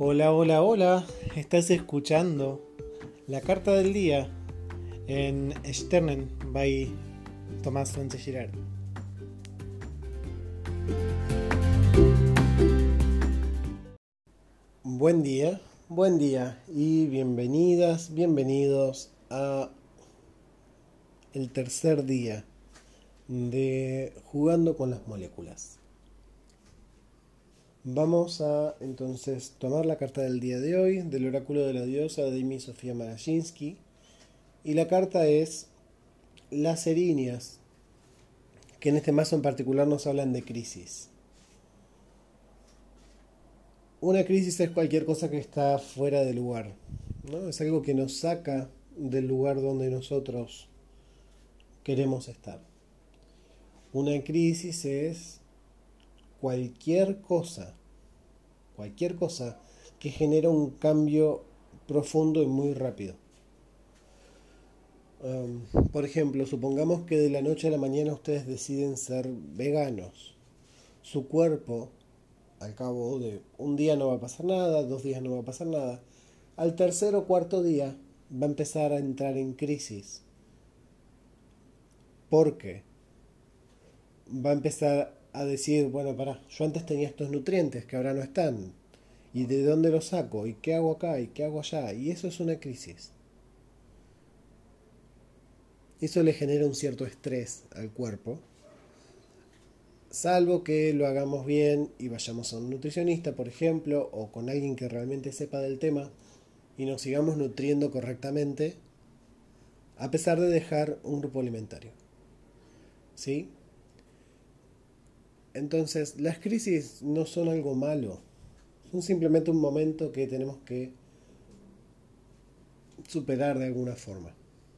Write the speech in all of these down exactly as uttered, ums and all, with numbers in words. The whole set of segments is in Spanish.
Hola, hola, hola. Estás escuchando la carta del día en Sternen by Tomás Sánchez Girard. Buen día, buen día y bienvenidas, bienvenidos a el tercer día de Jugando con las Moléculas. Vamos a entonces tomar la carta del día de hoy del oráculo de la diosa Dimi Sofía Marajinsky, y la carta es las erinias, que en este mazo en particular nos hablan de crisis. Una crisis es cualquier cosa que está fuera de lugar, ¿no? Es algo que nos saca del lugar donde nosotros queremos estar. Una crisis es cualquier cosa, cualquier cosa que genera un cambio profundo y muy rápido. Um, por ejemplo, supongamos que de la noche a la mañana ustedes deciden ser veganos. Su cuerpo, al cabo de un día no va a pasar nada, dos días no va a pasar nada. Al tercer o cuarto día va a empezar a entrar en crisis. ¿Por qué? Va a empezar a decir, bueno, pará, yo antes tenía estos nutrientes que ahora no están. ¿Y de dónde los saco? ¿Y qué hago acá? ¿Y qué hago allá? Y eso es una crisis. Eso le genera un cierto estrés al cuerpo. Salvo que lo hagamos bien y vayamos a un nutricionista, por ejemplo, o con alguien que realmente sepa del tema y nos sigamos nutriendo correctamente, a pesar de dejar un grupo alimentario. ¿Sí? Entonces, las crisis no son algo malo, son simplemente un momento que tenemos que superar de alguna forma.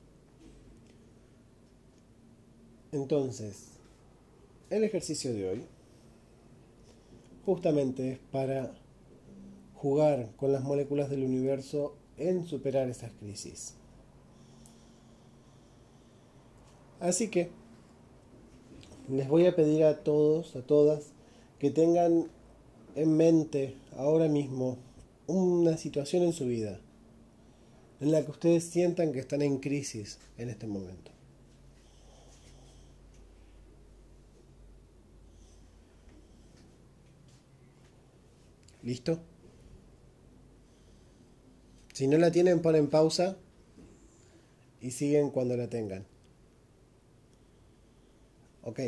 Entonces, el ejercicio de hoy justamente es para jugar con las moléculas del universo en superar esas crisis. Así que les voy a pedir a todos, a todas, que tengan en mente ahora mismo una situación en su vida en la que ustedes sientan que están en crisis en este momento. ¿Listo? Si no la tienen, ponen pausa y siguen cuando la tengan. Ok.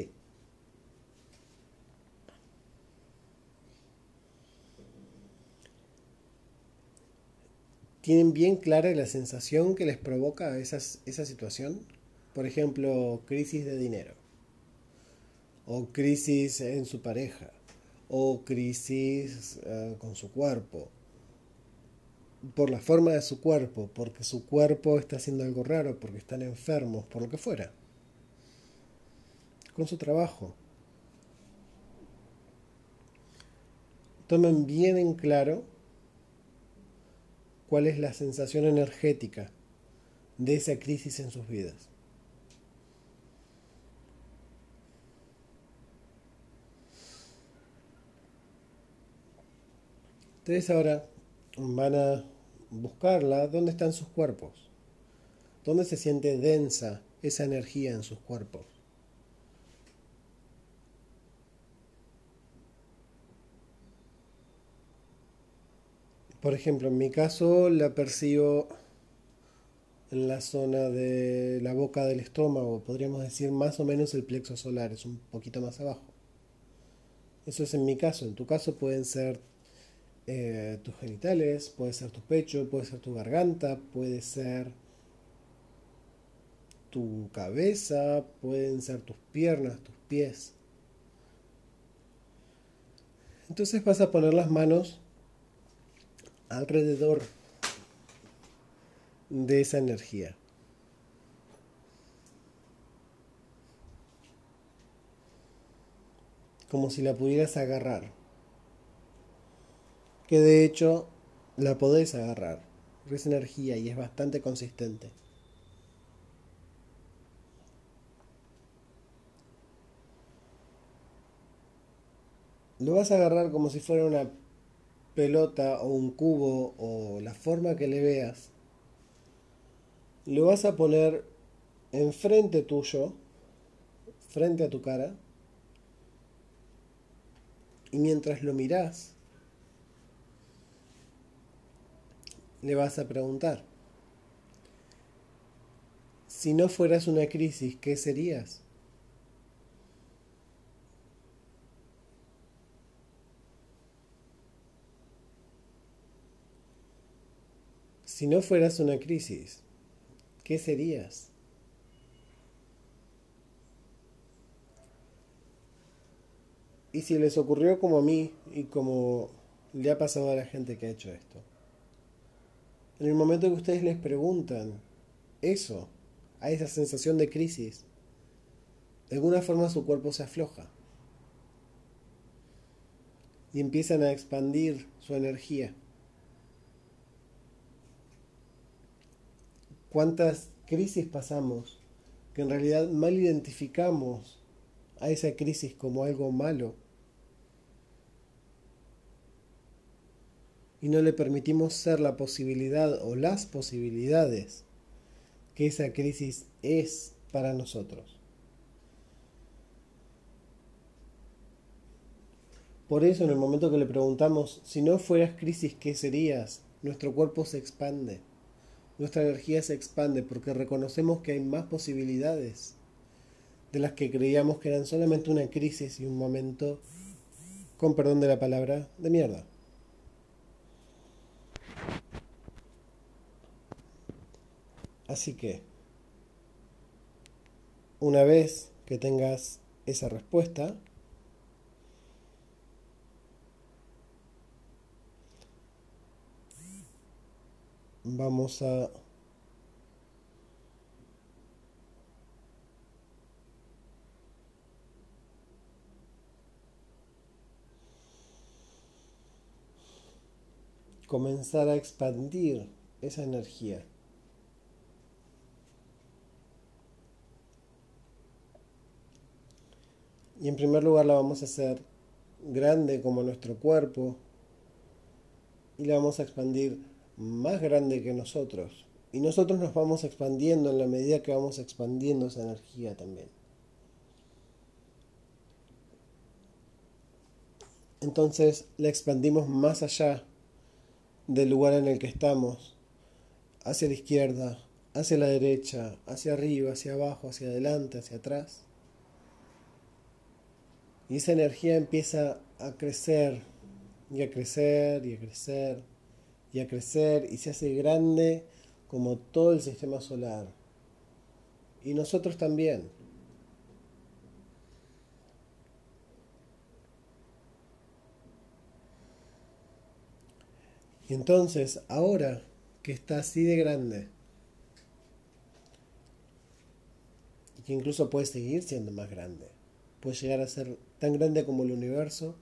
¿Tienen bien clara la sensación que les provoca esas, esa situación? Por ejemplo, crisis de dinero, o crisis en su pareja, o crisis uh, con su cuerpo, por la forma de su cuerpo, porque su cuerpo está haciendo algo raro, porque están enfermos, por lo que fuera, con su trabajo. Tomen bien en claro cuál es la sensación energética de esa crisis en sus vidas. Ustedes ahora van a buscarla dónde están sus cuerpos, dónde se siente densa esa energía en sus cuerpos. Por ejemplo, en mi caso la percibo en la zona de la boca del estómago, podríamos decir más o menos el plexo solar, es un poquito más abajo. Eso es en mi caso. En tu caso pueden ser eh, tus genitales, puede ser tu pecho, puede ser tu garganta, puede ser tu cabeza, pueden ser tus piernas, tus pies. Entonces vas a poner las manos alrededor de esa energía, como si la pudieras agarrar, que de hecho la podés agarrar, porque es energía y es bastante consistente. Lo vas a agarrar como si fuera una pelota o un cubo o la forma que le veas, lo vas a poner enfrente tuyo, frente a tu cara, y mientras lo mirás, le vas a preguntar, si no fueras una crisis, ¿qué serías? Si no fueras una crisis, ¿qué serías? Y si les ocurrió como a mí y como le ha pasado a la gente que ha hecho esto, en el momento que ustedes les preguntan eso, a esa sensación de crisis, de alguna forma su cuerpo se afloja y empiezan a expandir su energía. ¿Cuántas crisis pasamos que en realidad mal identificamos a esa crisis como algo malo y no le permitimos ser la posibilidad o las posibilidades que esa crisis es para nosotros? Por eso en el momento que le preguntamos, si no fueras crisis, ¿qué serías? Nuestro cuerpo se expande, nuestra energía se expande porque reconocemos que hay más posibilidades de las que creíamos que eran solamente una crisis y un momento, con perdón de la palabra, de mierda. Así que, una vez que tengas esa respuesta, vamos a comenzar a expandir esa energía. Y en primer lugar la vamos a hacer grande como nuestro cuerpo y la vamos a expandir más grande que nosotros. Y nosotros nos vamos expandiendo en la medida que vamos expandiendo esa energía también. Entonces la expandimos más allá del lugar en el que estamos, hacia la izquierda, hacia la derecha, hacia arriba, hacia abajo, hacia adelante, hacia atrás. Y esa energía empieza a crecer y a crecer y a crecer y a crecer y se hace grande como todo el sistema solar. Y nosotros también. Y entonces, ahora que está así de grande, y que incluso puede seguir siendo más grande, puede llegar a ser tan grande como el universo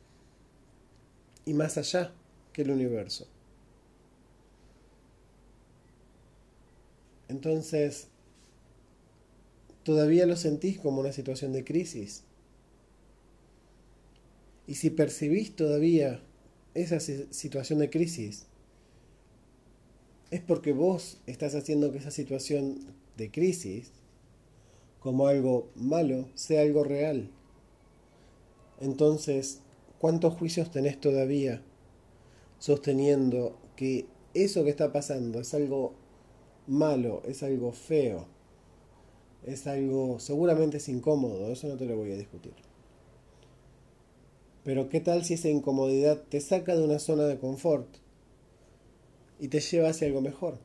y más allá que el universo. Entonces, todavía lo sentís como una situación de crisis. Y si percibís todavía esa situación de crisis, es porque vos estás haciendo que esa situación de crisis, como algo malo, sea algo real. Entonces, ¿cuántos juicios tenés todavía sosteniendo que eso que está pasando es algo malo, es algo feo, es algo, seguramente es incómodo, eso no te lo voy a discutir? Pero ¿qué tal si esa incomodidad te saca de una zona de confort y te lleva hacia algo mejor?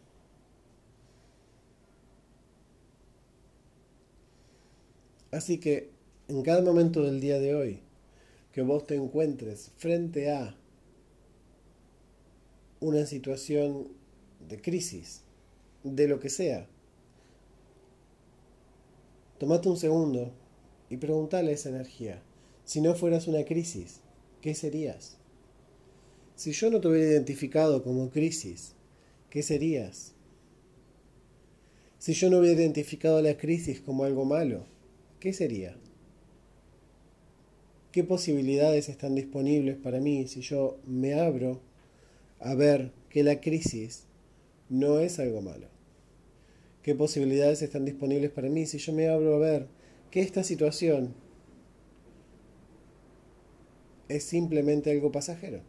Así que en cada momento del día de hoy que vos te encuentres frente a una situación de crisis, de lo que sea, tomate un segundo y preguntale a esa energía, si no fueras una crisis, ¿qué serías? Si yo no te hubiera identificado como crisis, ¿qué serías? Si yo no hubiera identificado la crisis como algo malo, ¿qué sería? ¿Qué posibilidades están disponibles para mí si yo me abro a ver que la crisis no es algo malo? ¿Qué posibilidades están disponibles para mí si yo me abro a ver que esta situación es simplemente algo pasajero?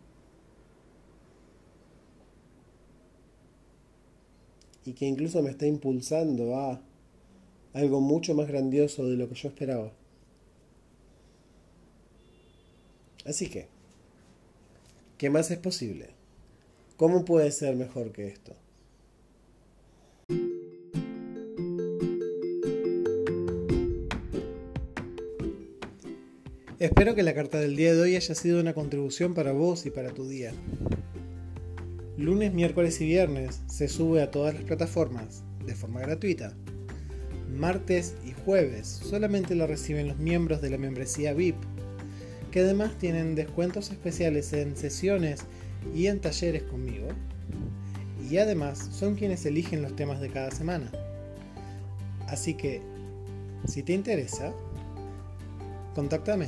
Y que incluso me está impulsando a algo mucho más grandioso de lo que yo esperaba. Así que, ¿qué más es posible? ¿Cómo puede ser mejor que esto? Espero que la carta del día de hoy haya sido una contribución para vos y para tu día. Lunes, miércoles y viernes se sube a todas las plataformas de forma gratuita. Martes y jueves solamente lo reciben los miembros de la membresía V I P, que además tienen descuentos especiales en sesiones y en talleres conmigo. Y además son quienes eligen los temas de cada semana. Así que, si te interesa, contáctame.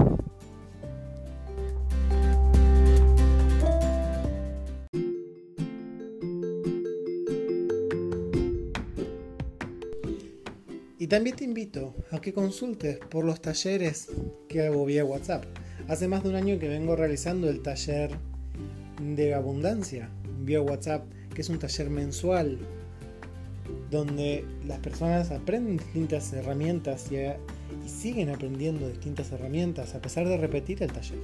Y también te invito a que consultes por los talleres que hago vía WhatsApp. Hace más de un año que vengo realizando el taller de abundancia vía WhatsApp, que es un taller mensual donde las personas aprenden distintas herramientas y, a, y siguen aprendiendo distintas herramientas a pesar de repetir el taller.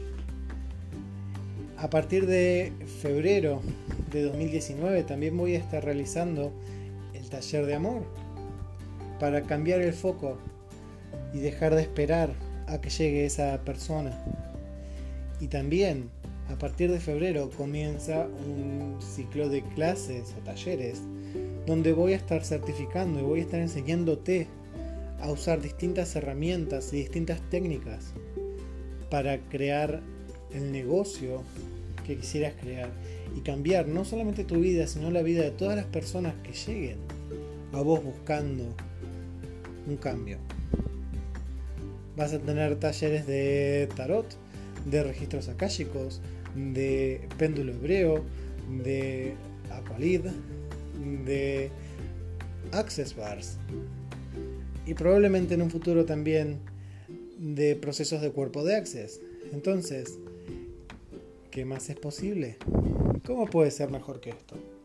A partir de febrero de dos mil diecinueve también voy a estar realizando el taller de amor, para cambiar el foco y dejar de esperar a que llegue esa persona. Y también a partir de febrero comienza un ciclo de clases o talleres donde voy a estar certificando y voy a estar enseñándote a usar distintas herramientas y distintas técnicas para crear el negocio que quisieras crear y cambiar no solamente tu vida, sino la vida de todas las personas que lleguen a vos buscando un cambio. Vas a tener talleres de tarot, de registros akáshicos, de péndulo hebreo, de Aqualid, de Access Bars y probablemente en un futuro también de procesos de cuerpo de Access. Entonces, ¿qué más es posible? ¿Cómo puede ser mejor que esto?